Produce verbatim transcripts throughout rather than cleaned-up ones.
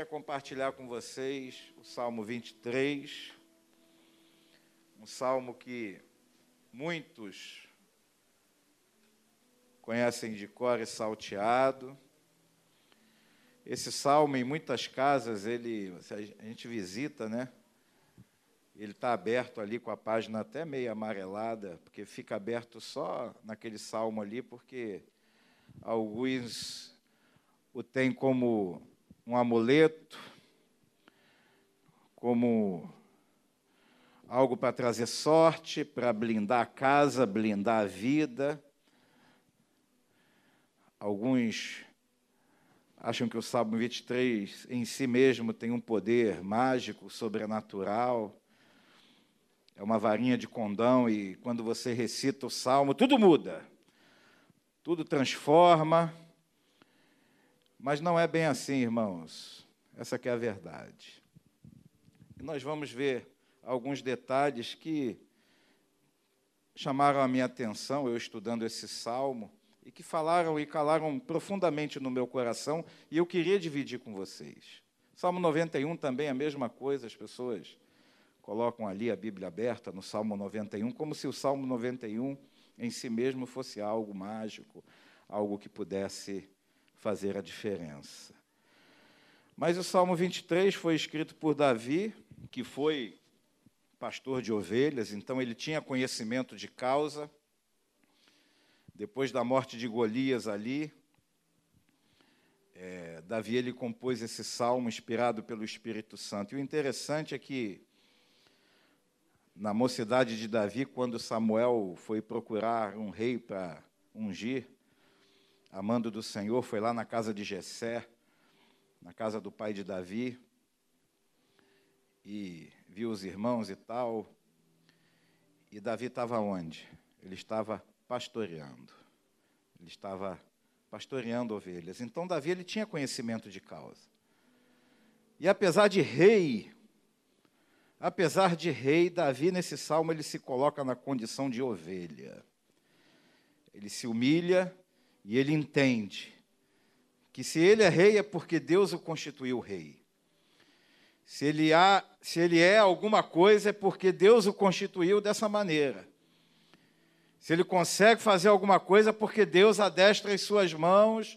compartilhar com vocês o Salmo vinte e três, um salmo que muitos conhecem de cor e salteado. Esse salmo, em muitas casas, ele, a gente visita, né? Ele está aberto ali com a página até meio amarelada, porque fica aberto só naquele salmo ali, porque alguns o têm como um amuleto, como algo para trazer sorte, para blindar a casa, blindar a vida. Alguns acham que o Salmo vinte e três em si mesmo tem um poder mágico, sobrenatural. É uma varinha de condão e quando você recita o Salmo, tudo muda. Tudo transforma. Mas não é bem assim, irmãos. Essa que é a verdade. E nós vamos ver alguns detalhes que chamaram a minha atenção, eu estudando esse salmo, e que falaram e calaram profundamente no meu coração, e eu queria dividir com vocês. Salmo noventa e um também é a mesma coisa, as pessoas colocam ali a Bíblia aberta no Salmo noventa e um, como se o Salmo noventa e um em si mesmo fosse algo mágico, algo que pudesse fazer a diferença. Mas o Salmo vinte e três foi escrito por Davi, que foi pastor de ovelhas, então ele tinha conhecimento de causa. Depois da morte de Golias ali, é, Davi ele compôs esse salmo inspirado pelo Espírito Santo. E o interessante é que, na mocidade de Davi, quando Samuel foi procurar um rei para ungir, a mando do Senhor, foi lá na casa de Jessé, na casa do pai de Davi, e viu os irmãos e tal, e Davi estava onde? Ele estava pastoreando, ele estava pastoreando ovelhas. Então, Davi ele tinha conhecimento de causa. E apesar de rei, apesar de rei, Davi, nesse salmo, ele se coloca na condição de ovelha. Ele se humilha e ele entende que se ele é rei é porque Deus o constituiu rei. Se ele, há, se ele é alguma coisa é porque Deus o constituiu dessa maneira. Se ele consegue fazer alguma coisa é porque Deus adestra as suas mãos.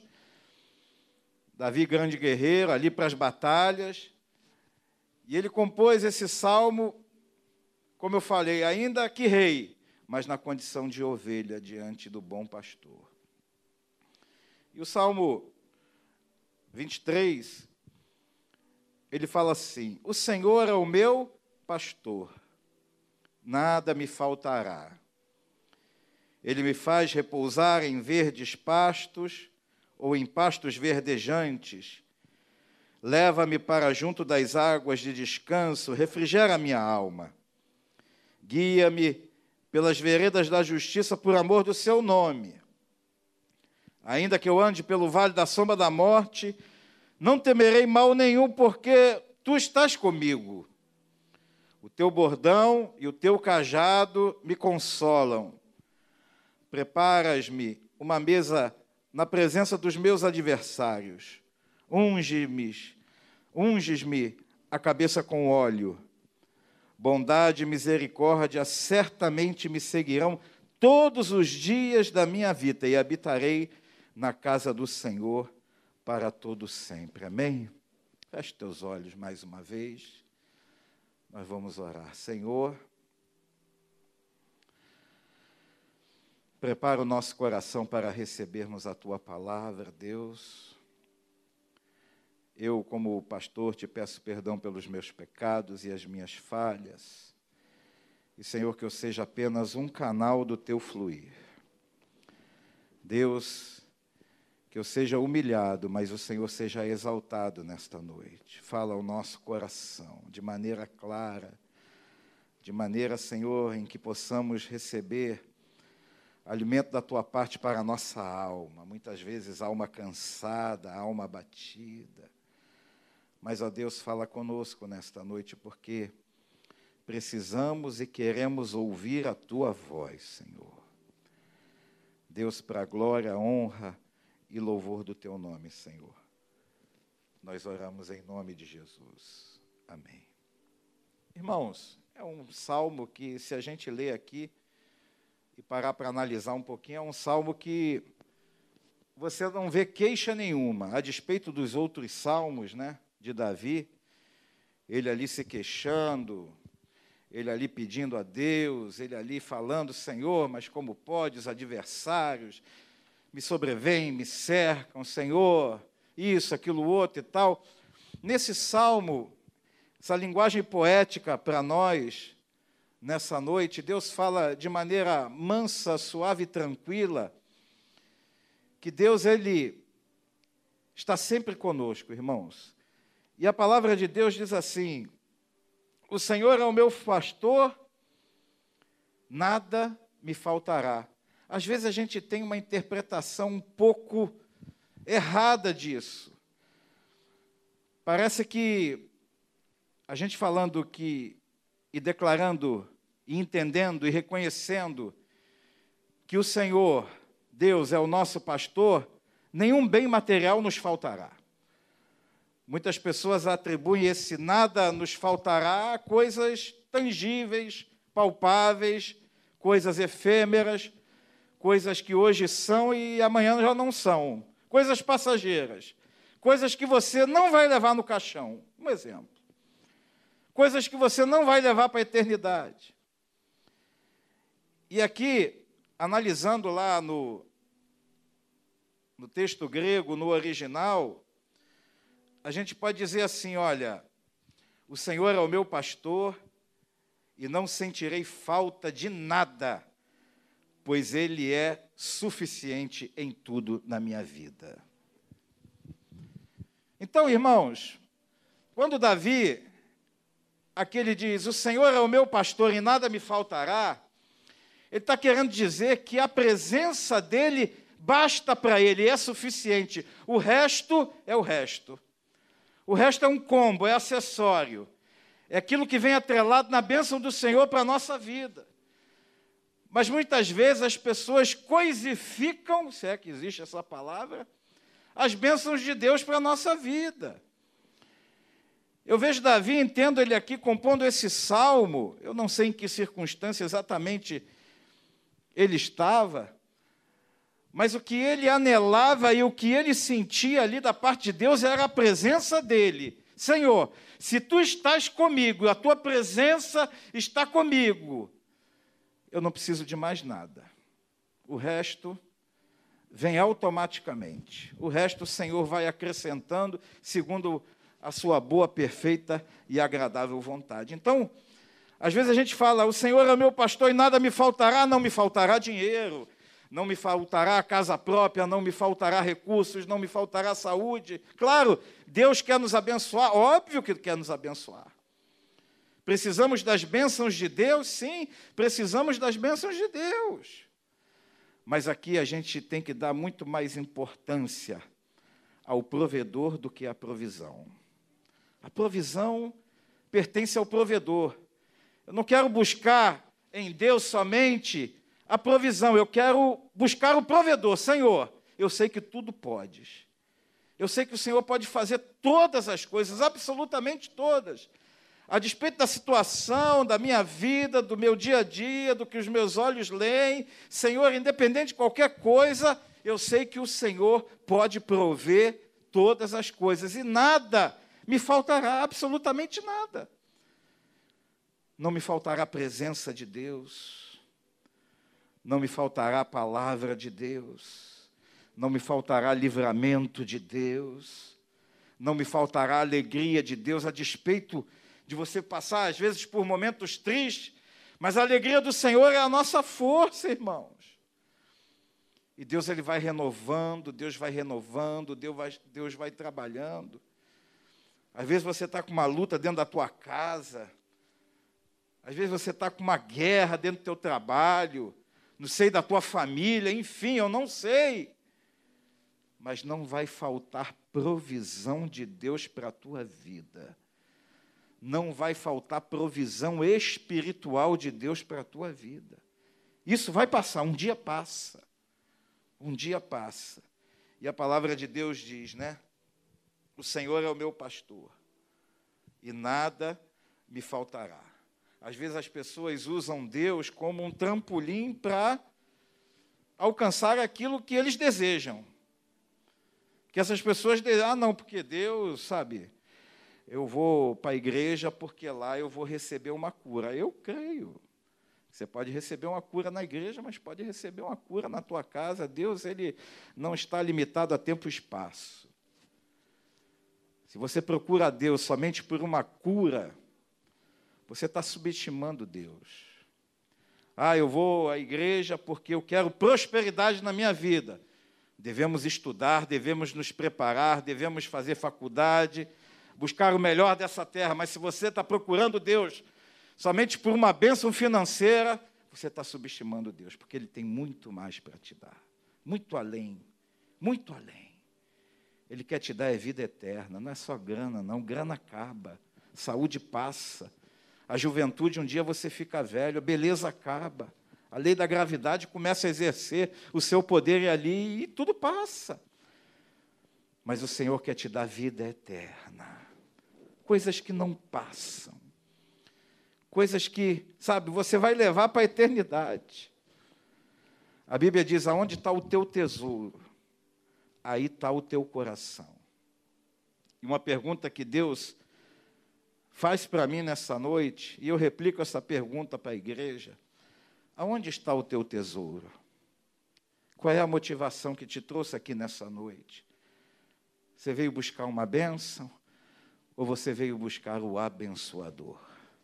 Davi, grande guerreiro, ali para as batalhas. E ele compôs esse salmo, como eu falei, ainda que rei, mas na condição de ovelha diante do bom pastor. E o Salmo vinte e três, ele fala assim: o Senhor é o meu pastor, nada me faltará. Ele me faz repousar em verdes pastos, ou em pastos verdejantes. Leva-me para junto das águas de descanso, refrigera a minha alma. Guia-me pelas veredas da justiça por amor do seu nome. Ainda que eu ande pelo vale da sombra da morte, não temerei mal nenhum, porque tu estás comigo. O teu bordão e o teu cajado me consolam. Preparas-me uma mesa na presença dos meus adversários. Unge-me, unges-me a cabeça com óleo. Bondade e misericórdia certamente me seguirão todos os dias da minha vida, e habitarei na casa do Senhor para todo sempre. Amém? Feche teus olhos mais uma vez. Nós vamos orar. Senhor, prepara o nosso coração para recebermos a Tua palavra, Deus. Eu, como pastor, te peço perdão pelos meus pecados e as minhas falhas. E, Senhor, que eu seja apenas um canal do Teu fluir. Deus, que eu seja humilhado, mas o Senhor seja exaltado nesta noite. Fala ao nosso coração, de maneira clara, de maneira, Senhor, em que possamos receber alimento da Tua parte para a nossa alma. Muitas vezes, alma cansada, alma abatida. Mas, ó Deus, fala conosco nesta noite, porque precisamos e queremos ouvir a Tua voz, Senhor. Deus, para a glória, honra e louvor do Teu nome, Senhor. Nós oramos em nome de Jesus. Amém. Irmãos, é um salmo que, se a gente ler aqui e parar para analisar um pouquinho, é um salmo que você não vê queixa nenhuma, a despeito dos outros salmos, né, de Davi, ele ali se queixando, ele ali pedindo a Deus, ele ali falando, Senhor, mas como pode, os adversários me sobrevêm, me cercam, Senhor, isso, aquilo, outro e tal. Nesse salmo, essa linguagem poética para nós, nessa noite, Deus fala de maneira mansa, suave e tranquila, que Deus, Ele está sempre conosco, irmãos. E a palavra de Deus diz assim, o Senhor é o meu pastor, nada me faltará. Às vezes a gente tem uma interpretação um pouco errada disso. Parece que a gente falando que, e declarando, e entendendo, e reconhecendo que o Senhor, Deus, é o nosso pastor, nenhum bem material nos faltará. Muitas pessoas atribuem esse nada nos faltará a coisas tangíveis, palpáveis, coisas efêmeras, coisas que hoje são e amanhã já não são, coisas passageiras, coisas que você não vai levar no caixão, um exemplo. Coisas que você não vai levar para a eternidade. E aqui, analisando lá no, no texto grego, no original, a gente pode dizer assim, olha, o Senhor é o meu pastor e não sentirei falta de nada, pois Ele é suficiente em tudo na minha vida. Então, irmãos, quando Davi, aqui ele diz, o Senhor é o meu pastor e nada me faltará, ele está querendo dizer que a presença dele basta para ele, é suficiente. O resto é o resto. O resto é um combo, é acessório. É aquilo que vem atrelado na bênção do Senhor para a nossa vida. Mas muitas vezes as pessoas coisificam, se é que existe essa palavra, as bênçãos de Deus para a nossa vida. Eu vejo Davi, entendo ele aqui compondo esse salmo, eu não sei em que circunstância exatamente ele estava, mas o que ele anelava e o que ele sentia ali da parte de Deus era a presença dele. Senhor, se tu estás comigo, a tua presença está comigo, eu não preciso de mais nada. O resto vem automaticamente. O resto o Senhor vai acrescentando segundo a sua boa, perfeita e agradável vontade. Então, às vezes a gente fala, o Senhor é meu pastor e nada me faltará, não me faltará dinheiro, não me faltará casa própria, não me faltará recursos, não me faltará saúde. Claro, Deus quer nos abençoar, óbvio que quer nos abençoar. Precisamos das bênçãos de Deus? Sim, precisamos das bênçãos de Deus. Mas aqui a gente tem que dar muito mais importância ao provedor do que à provisão. A provisão pertence ao provedor. Eu não quero buscar em Deus somente a provisão, eu quero buscar o provedor. Senhor, eu sei que tudo podes. Eu sei que o Senhor pode fazer todas as coisas, absolutamente todas. A despeito da situação, da minha vida, do meu dia a dia, do que os meus olhos leem, Senhor, independente de qualquer coisa, eu sei que o Senhor pode prover todas as coisas e nada me faltará, absolutamente nada. Não me faltará a presença de Deus, não me faltará a palavra de Deus, não me faltará livramento de Deus, não me faltará a alegria de Deus, a despeito de você passar, às vezes, por momentos tristes, mas a alegria do Senhor é a nossa força, irmãos. E Deus ele vai renovando, Deus vai renovando, Deus vai, Deus vai trabalhando. Às vezes você está com uma luta dentro da tua casa, às vezes você está com uma guerra dentro do teu trabalho, no seio da tua família, enfim, eu não sei. Mas não vai faltar provisão de Deus para a tua vida. Não vai faltar provisão espiritual de Deus para a tua vida. Isso vai passar, um dia passa. Um dia passa. E a palavra de Deus diz, né? O Senhor é o meu pastor, e nada me faltará. Às vezes as pessoas usam Deus como um trampolim para alcançar aquilo que eles desejam. Que essas pessoas dizem, ah, não, porque Deus, sabe, eu vou para a igreja porque lá eu vou receber uma cura. Eu creio. Você pode receber uma cura na igreja, mas pode receber uma cura na tua casa. Deus, ele não está limitado a tempo e espaço. Se você procura a Deus somente por uma cura, você está subestimando Deus. Ah, eu vou à igreja porque eu quero prosperidade na minha vida. Devemos estudar, devemos nos preparar, devemos fazer faculdade, buscar o melhor dessa terra. Mas se você está procurando Deus somente por uma bênção financeira, você está subestimando Deus, porque Ele tem muito mais para te dar. Muito além, muito além. Ele quer te dar a vida eterna, não é só grana, não. Grana acaba, saúde passa. A juventude, um dia você fica velho, a beleza acaba. A lei da gravidade começa a exercer o seu poder ali e tudo passa. Mas o Senhor quer te dar vida eterna. Coisas que não passam. Coisas que, sabe, você vai levar para a eternidade. A Bíblia diz, aonde está o teu tesouro, aí está o teu coração. E uma pergunta que Deus faz para mim nessa noite, e eu replico essa pergunta para a igreja, aonde está o teu tesouro? Qual é a motivação que te trouxe aqui nessa noite? Você veio buscar uma bênção, ou você veio buscar o abençoador?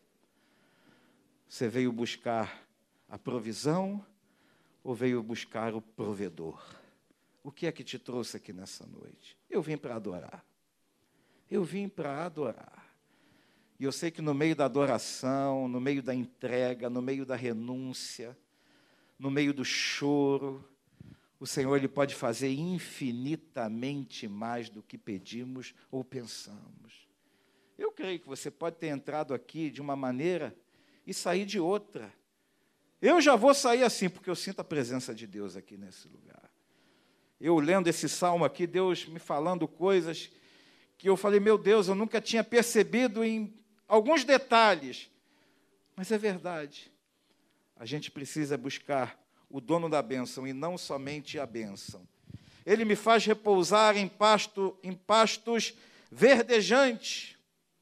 Você veio buscar a provisão, ou veio buscar o provedor? O que é que te trouxe aqui nessa noite? Eu vim para adorar. Eu vim para adorar. E eu sei que no meio da adoração, no meio da entrega, no meio da renúncia, no meio do choro, o Senhor ele pode fazer infinitamente mais do que pedimos ou pensamos. Eu creio que você pode ter entrado aqui de uma maneira e sair de outra. Eu já vou sair assim, porque eu sinto a presença de Deus aqui nesse lugar. Eu lendo esse salmo aqui, Deus me falando coisas que eu falei, meu Deus, eu nunca tinha percebido em alguns detalhes. Mas é verdade. A gente precisa buscar o dono da bênção e não somente a bênção. Ele me faz repousar em, pasto, em pastos verdejantes.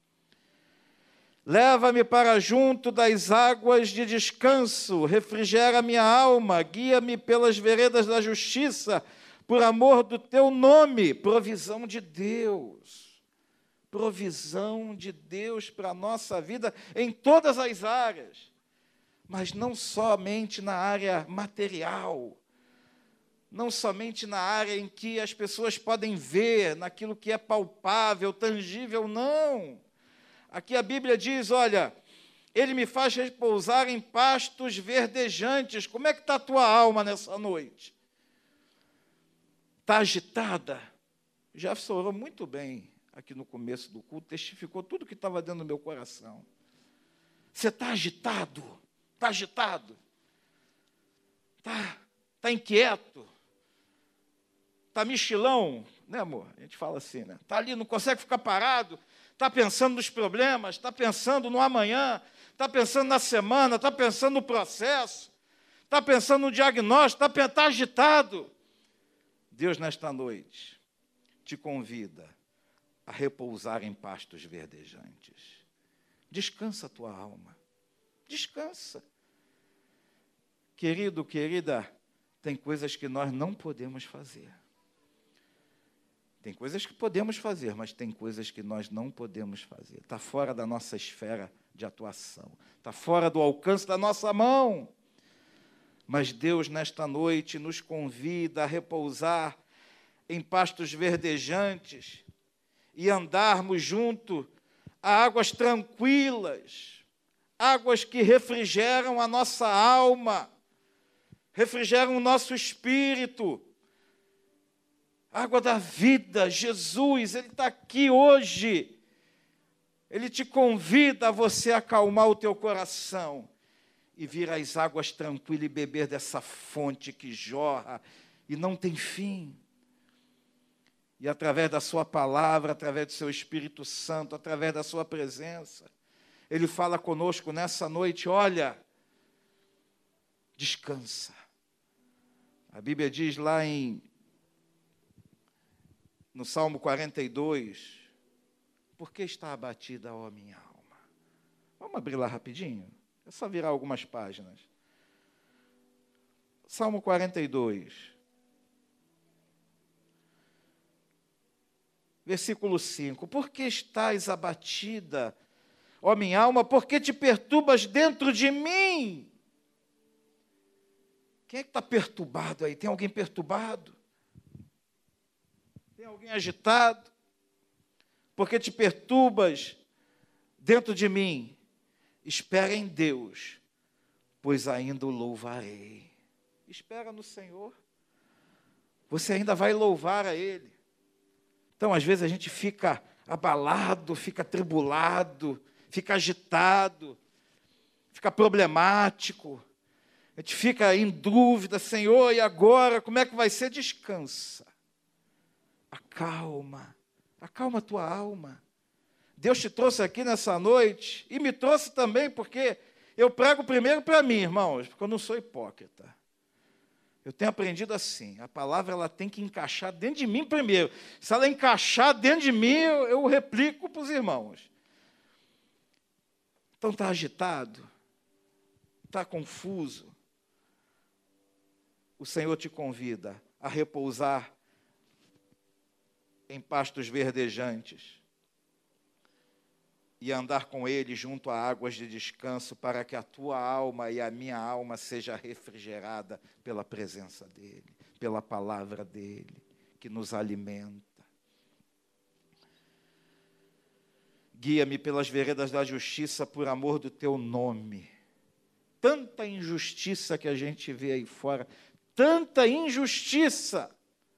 Leva-me para junto das águas de descanso, refrigera minha alma, guia-me pelas veredas da justiça, por amor do teu nome. Provisão de Deus. Provisão de Deus para a nossa vida em todas as áreas. Mas não somente na área material, não somente na área em que as pessoas podem ver, naquilo que é palpável, tangível, não. Aqui a Bíblia diz, olha, ele me faz repousar em pastos verdejantes. Como é que está a tua alma nessa noite? Está agitada? Já orou muito bem aqui no começo do culto, testificou tudo que estava dentro do meu coração. Você está agitado? Está agitado? Está tá inquieto? Está mexilão? Né, amor? A gente fala assim, né? Está ali, não consegue ficar parado? Está pensando nos problemas, está pensando no amanhã, está pensando na semana, está pensando no processo, está pensando no diagnóstico, está tá agitado. Deus, nesta noite, te convida a repousar em pastos verdejantes. Descansa a tua alma. Descansa. Querido, querida, tem coisas que nós não podemos fazer. Tem coisas que podemos fazer, mas tem coisas que nós não podemos fazer. Está fora da nossa esfera de atuação. Está fora do alcance da nossa mão. Mas Deus, nesta noite, nos convida a repousar em pastos verdejantes e andarmos junto a águas tranquilas, águas que refrigeram a nossa alma, refrigeram o nosso espírito. Água da vida, Jesus, Ele está aqui hoje. Ele te convida a você acalmar o teu coração e vir às águas tranquilas e beber dessa fonte que jorra e não tem fim. E através da sua palavra, através do seu Espírito Santo, através da sua presença, Ele fala conosco nessa noite, olha, descansa. A Bíblia diz lá em, no Salmo quarenta e dois, por que está abatida, ó minha alma? Vamos abrir lá rapidinho? É só virar algumas páginas. Salmo quarenta e dois. Versículo cinco. Por que estás abatida, ó minha alma? Por que te perturbas dentro de mim? Quem é que está perturbado aí? Tem alguém perturbado? Tem alguém agitado? Por que te perturbas dentro de mim? Espera em Deus, pois ainda o louvarei. Espera no Senhor. Você ainda vai louvar a Ele. Então, às vezes, a gente fica abalado, fica atribulado, fica agitado, fica problemático. A gente fica em dúvida, Senhor, e agora? Como é que vai ser? Descansa. Acalma. Acalma a tua alma. Deus te trouxe aqui nessa noite e me trouxe também porque eu prego primeiro para mim, irmãos, porque eu não sou hipócrita. Eu tenho aprendido assim, a palavra ela tem que encaixar dentro de mim primeiro. Se ela encaixar dentro de mim, eu, eu replico para os irmãos. Então está agitado, está confuso. O Senhor te convida a repousar em pastos verdejantes e andar com Ele junto a águas de descanso, para que a tua alma e a minha alma seja refrigerada pela presença dEle, pela palavra dEle, que nos alimenta. Guia-me pelas veredas da justiça por amor do teu nome. Tanta injustiça que a gente vê aí fora, tanta injustiça.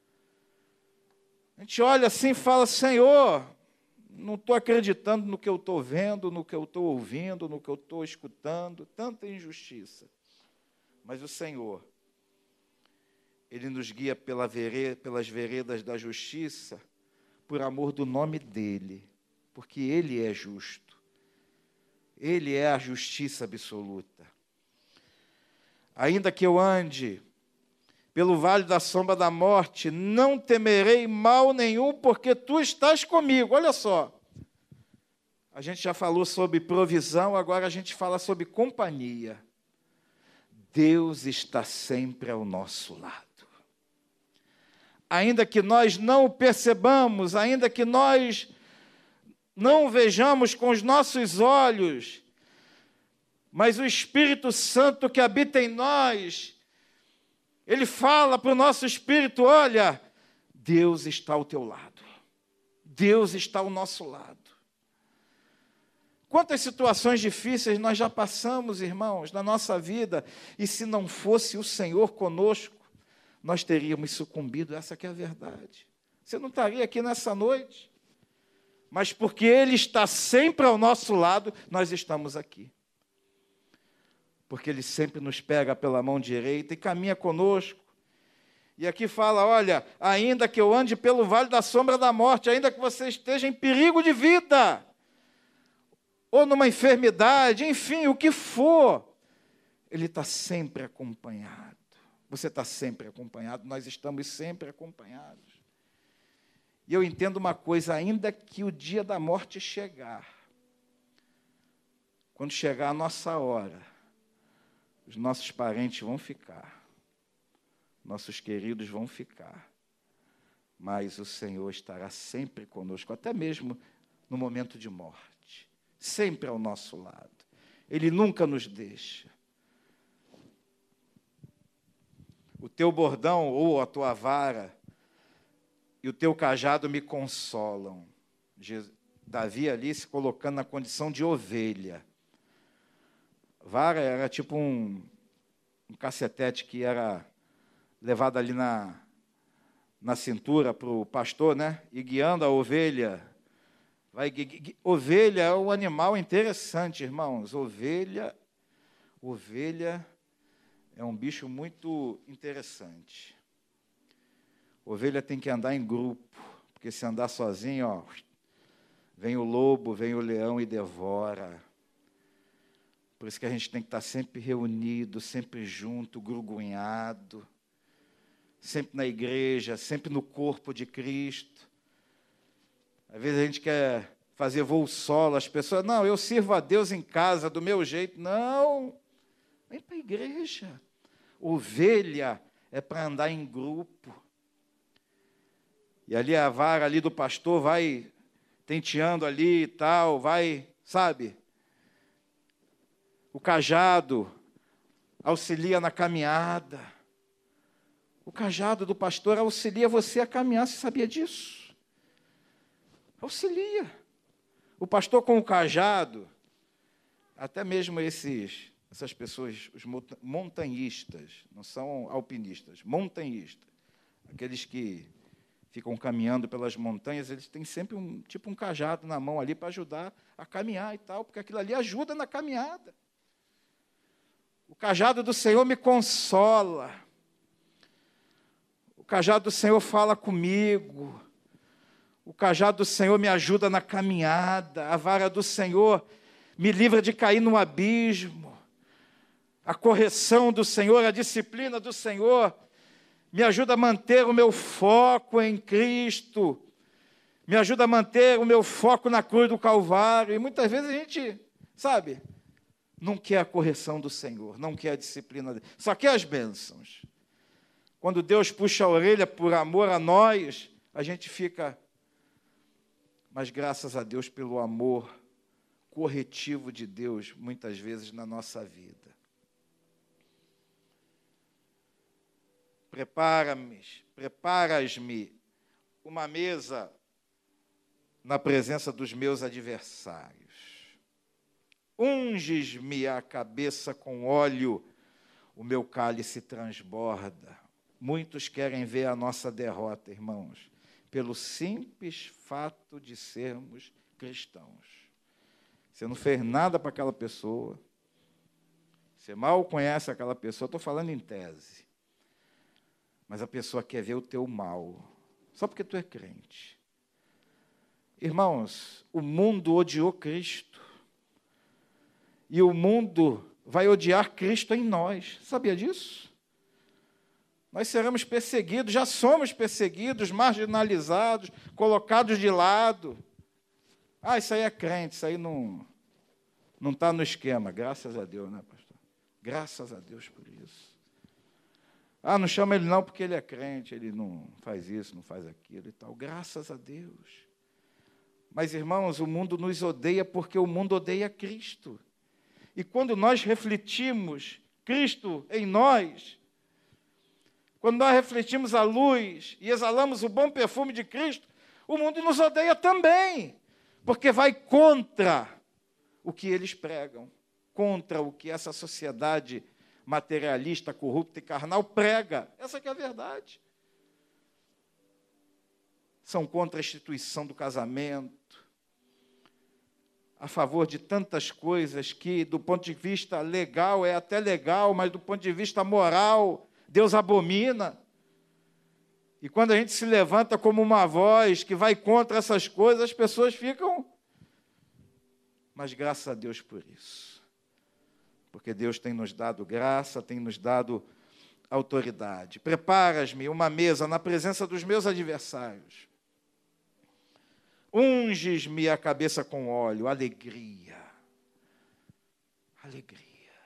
A gente olha assim e fala, Senhor, não estou acreditando no que eu estou vendo, no que eu estou ouvindo, no que eu estou escutando, tanta injustiça. Mas o Senhor, Ele nos guia pela vereda, pelas veredas da justiça, por amor do nome dEle, porque Ele é justo. Ele é a justiça absoluta. Ainda que eu ande pelo vale da sombra da morte, não temerei mal nenhum, porque tu estás comigo. Olha só, a gente já falou sobre provisão, agora a gente fala sobre companhia. Deus está sempre ao nosso lado. Ainda que nós não o percebamos, ainda que nós não o vejamos com os nossos olhos, mas o Espírito Santo que habita em nós, Ele fala para o nosso espírito, olha, Deus está ao teu lado. Deus está ao nosso lado. Quantas situações difíceis nós já passamos, irmãos, na nossa vida, e se não fosse o Senhor conosco, nós teríamos sucumbido, essa que é a verdade. Você não estaria aqui nessa noite, mas porque Ele está sempre ao nosso lado, nós estamos aqui. Porque Ele sempre nos pega pela mão direita e caminha conosco. E aqui fala, olha, ainda que eu ande pelo vale da sombra da morte, ainda que você esteja em perigo de vida, ou numa enfermidade, enfim, o que for, Ele está sempre acompanhado. Você está sempre acompanhado, nós estamos sempre acompanhados. E eu entendo uma coisa, ainda que o dia da morte chegar, quando chegar a nossa hora, os nossos parentes vão ficar, nossos queridos vão ficar, mas o Senhor estará sempre conosco, até mesmo no momento de morte, sempre ao nosso lado. Ele nunca nos deixa. O teu bordão ou a tua vara e o teu cajado me consolam. Davi ali se colocando na condição de ovelha. Vara era tipo um, um cacetete que era levado ali na, na cintura para o pastor, né? E guiando a ovelha. Vai, gu, gu, ovelha é um animal interessante, irmãos. Ovelha, ovelha é um bicho muito interessante. Ovelha tem que andar em grupo, Porque se andar sozinho, ó, vem o lobo, vem o leão e devora. Por isso que a gente tem que estar sempre reunido, sempre junto, grugunhado, sempre na igreja, sempre no corpo de Cristo. Às vezes a gente quer fazer voo solo, as pessoas, não, eu sirvo a Deus em casa, do meu jeito. Não, vem para a igreja. Ovelha é para andar em grupo. E ali a vara ali do pastor vai tenteando ali e tal, vai, sabe? O cajado auxilia na caminhada. O cajado do pastor auxilia você a caminhar, você sabia disso? Auxilia. O pastor com o cajado, até mesmo esses, essas pessoas, os montanhistas, não são alpinistas, montanhistas, aqueles que ficam caminhando pelas montanhas, eles têm sempre um tipo um cajado na mão ali para ajudar a caminhar e tal, porque aquilo ali ajuda na caminhada. O cajado do Senhor me consola. O cajado do Senhor fala comigo. O cajado do Senhor me ajuda na caminhada. A vara do Senhor me livra de cair no abismo. A correção do Senhor, a disciplina do Senhor me ajuda a manter o meu foco em Cristo. Me ajuda a manter o meu foco na cruz do Calvário. E muitas vezes a gente, sabe, não quer a correção do Senhor, não quer a disciplina dele, só quer as bênçãos. Quando Deus puxa a orelha por amor a nós, a gente fica, mas graças a Deus pelo amor corretivo de Deus, muitas vezes na nossa vida. Prepara-me, preparas-me uma mesa na presença dos meus adversários. Unges-me a cabeça com óleo, o meu cálice transborda. Muitos querem ver a nossa derrota, irmãos, pelo simples fato de sermos cristãos. Você não fez nada para aquela pessoa, você mal conhece aquela pessoa, estou falando em tese, mas a pessoa quer ver o teu mal, só porque tu é crente. Irmãos, o mundo odiou Cristo. E o mundo vai odiar Cristo em nós. Sabia disso? Nós seremos perseguidos, já somos perseguidos, marginalizados, colocados de lado. Ah, isso aí é crente, isso aí não não está no esquema. Graças a Deus, né, pastor? Graças a Deus por isso. Ah, não chama ele não porque ele é crente, ele não faz isso, não faz aquilo e tal. Graças a Deus. Mas, irmãos, o mundo nos odeia porque o mundo odeia Cristo. E quando nós refletimos Cristo em nós, quando nós refletimos a luz e exalamos o bom perfume de Cristo, o mundo nos odeia também, porque vai contra o que eles pregam, contra o que essa sociedade materialista, corrupta e carnal prega. Essa que é a verdade. São contra a instituição do casamento, a favor de tantas coisas que, do ponto de vista legal, é até legal, mas do ponto de vista moral, Deus abomina. E quando a gente se levanta como uma voz que vai contra essas coisas, as pessoas ficam... Mas graças a Deus por isso. Porque Deus tem nos dado graça, tem nos dado autoridade. Preparas-me uma mesa na presença dos meus adversários. Unges-me a cabeça com óleo, alegria. Alegria.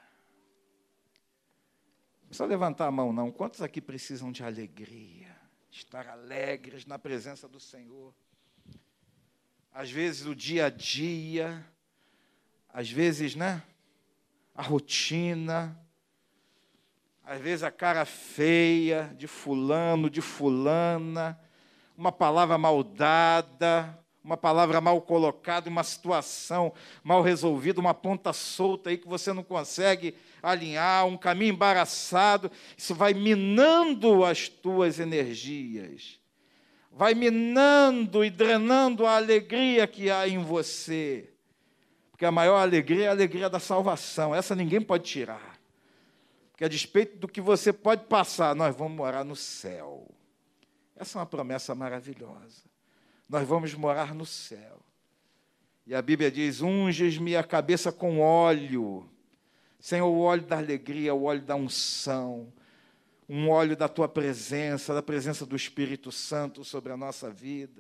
Não precisa levantar a mão, não. Quantos aqui precisam de alegria? Estar alegres na presença do Senhor. Às vezes o dia a dia, às vezes, né? A rotina, às vezes a cara feia de fulano, de fulana, uma palavra mal dada, uma palavra mal colocada, uma situação mal resolvida, uma ponta solta aí que você não consegue alinhar, um caminho embaraçado. Isso vai minando as tuas energias, vai minando e drenando a alegria que há em você. Porque a maior alegria é a alegria da salvação. Essa ninguém pode tirar. Porque a despeito do que você pode passar, nós vamos morar no céu. Essa é uma promessa maravilhosa. Nós vamos morar no céu. E a Bíblia diz, unges-me a cabeça com óleo. Senhor, o óleo da alegria, o óleo da unção, um óleo da tua presença, da presença do Espírito Santo sobre a nossa vida.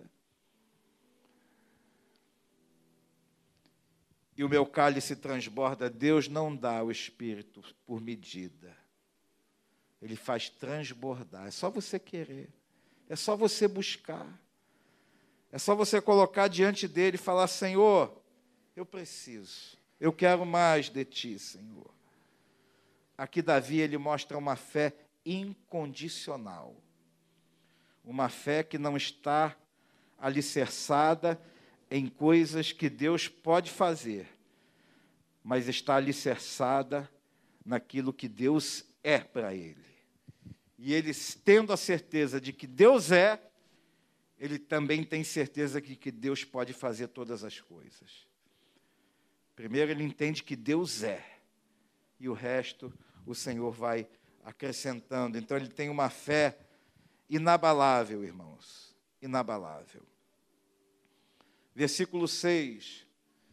E o meu cálice transborda. Deus não dá o Espírito por medida. Ele faz transbordar. É só você querer. É só você buscar. É só você colocar diante dele e falar, Senhor, eu preciso. Eu quero mais de ti, Senhor. Aqui Davi, ele mostra uma fé incondicional. Uma fé que não está alicerçada em coisas que Deus pode fazer, mas está alicerçada naquilo que Deus é para ele. E ele, tendo a certeza de que Deus é, ele também tem certeza de que Deus pode fazer todas as coisas. Primeiro, ele entende que Deus é, e o resto o Senhor vai acrescentando. Então, ele tem uma fé inabalável, irmãos, inabalável. Versículo seis.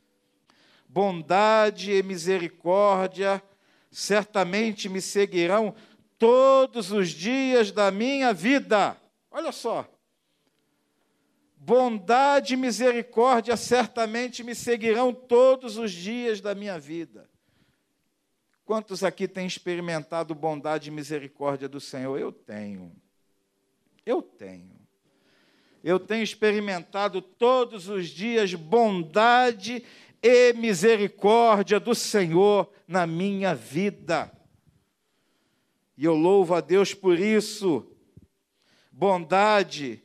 Bondade e misericórdia certamente me seguirão todos os dias da minha vida. Olha só. Bondade e misericórdia certamente me seguirão todos os dias da minha vida. Quantos aqui têm experimentado bondade e misericórdia do Senhor? Eu tenho. Eu tenho. Eu tenho experimentado todos os dias bondade e misericórdia do Senhor na minha vida. E eu louvo a Deus por isso. Bondade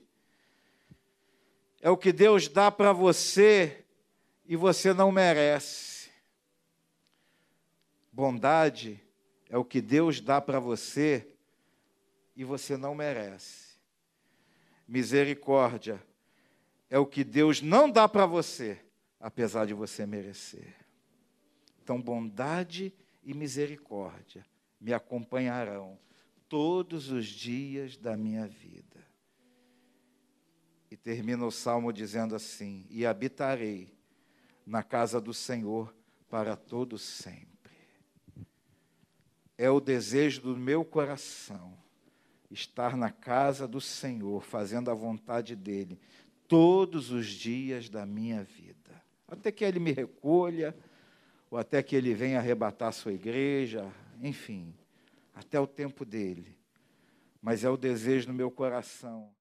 é o que Deus dá para você e você não merece. Bondade é o que Deus dá para você e você não merece. Misericórdia é o que Deus não dá para você, apesar de você merecer. Então, bondade e misericórdia me acompanharão todos os dias da minha vida. E termina o Salmo dizendo assim, e habitarei na casa do Senhor para todo sempre. É o desejo do meu coração estar na casa do Senhor, fazendo a vontade dEle, todos os dias da minha vida. Até que Ele me recolha, ou até que Ele venha arrebatar a sua igreja, enfim, até o tempo dEle. Mas é o desejo no meu coração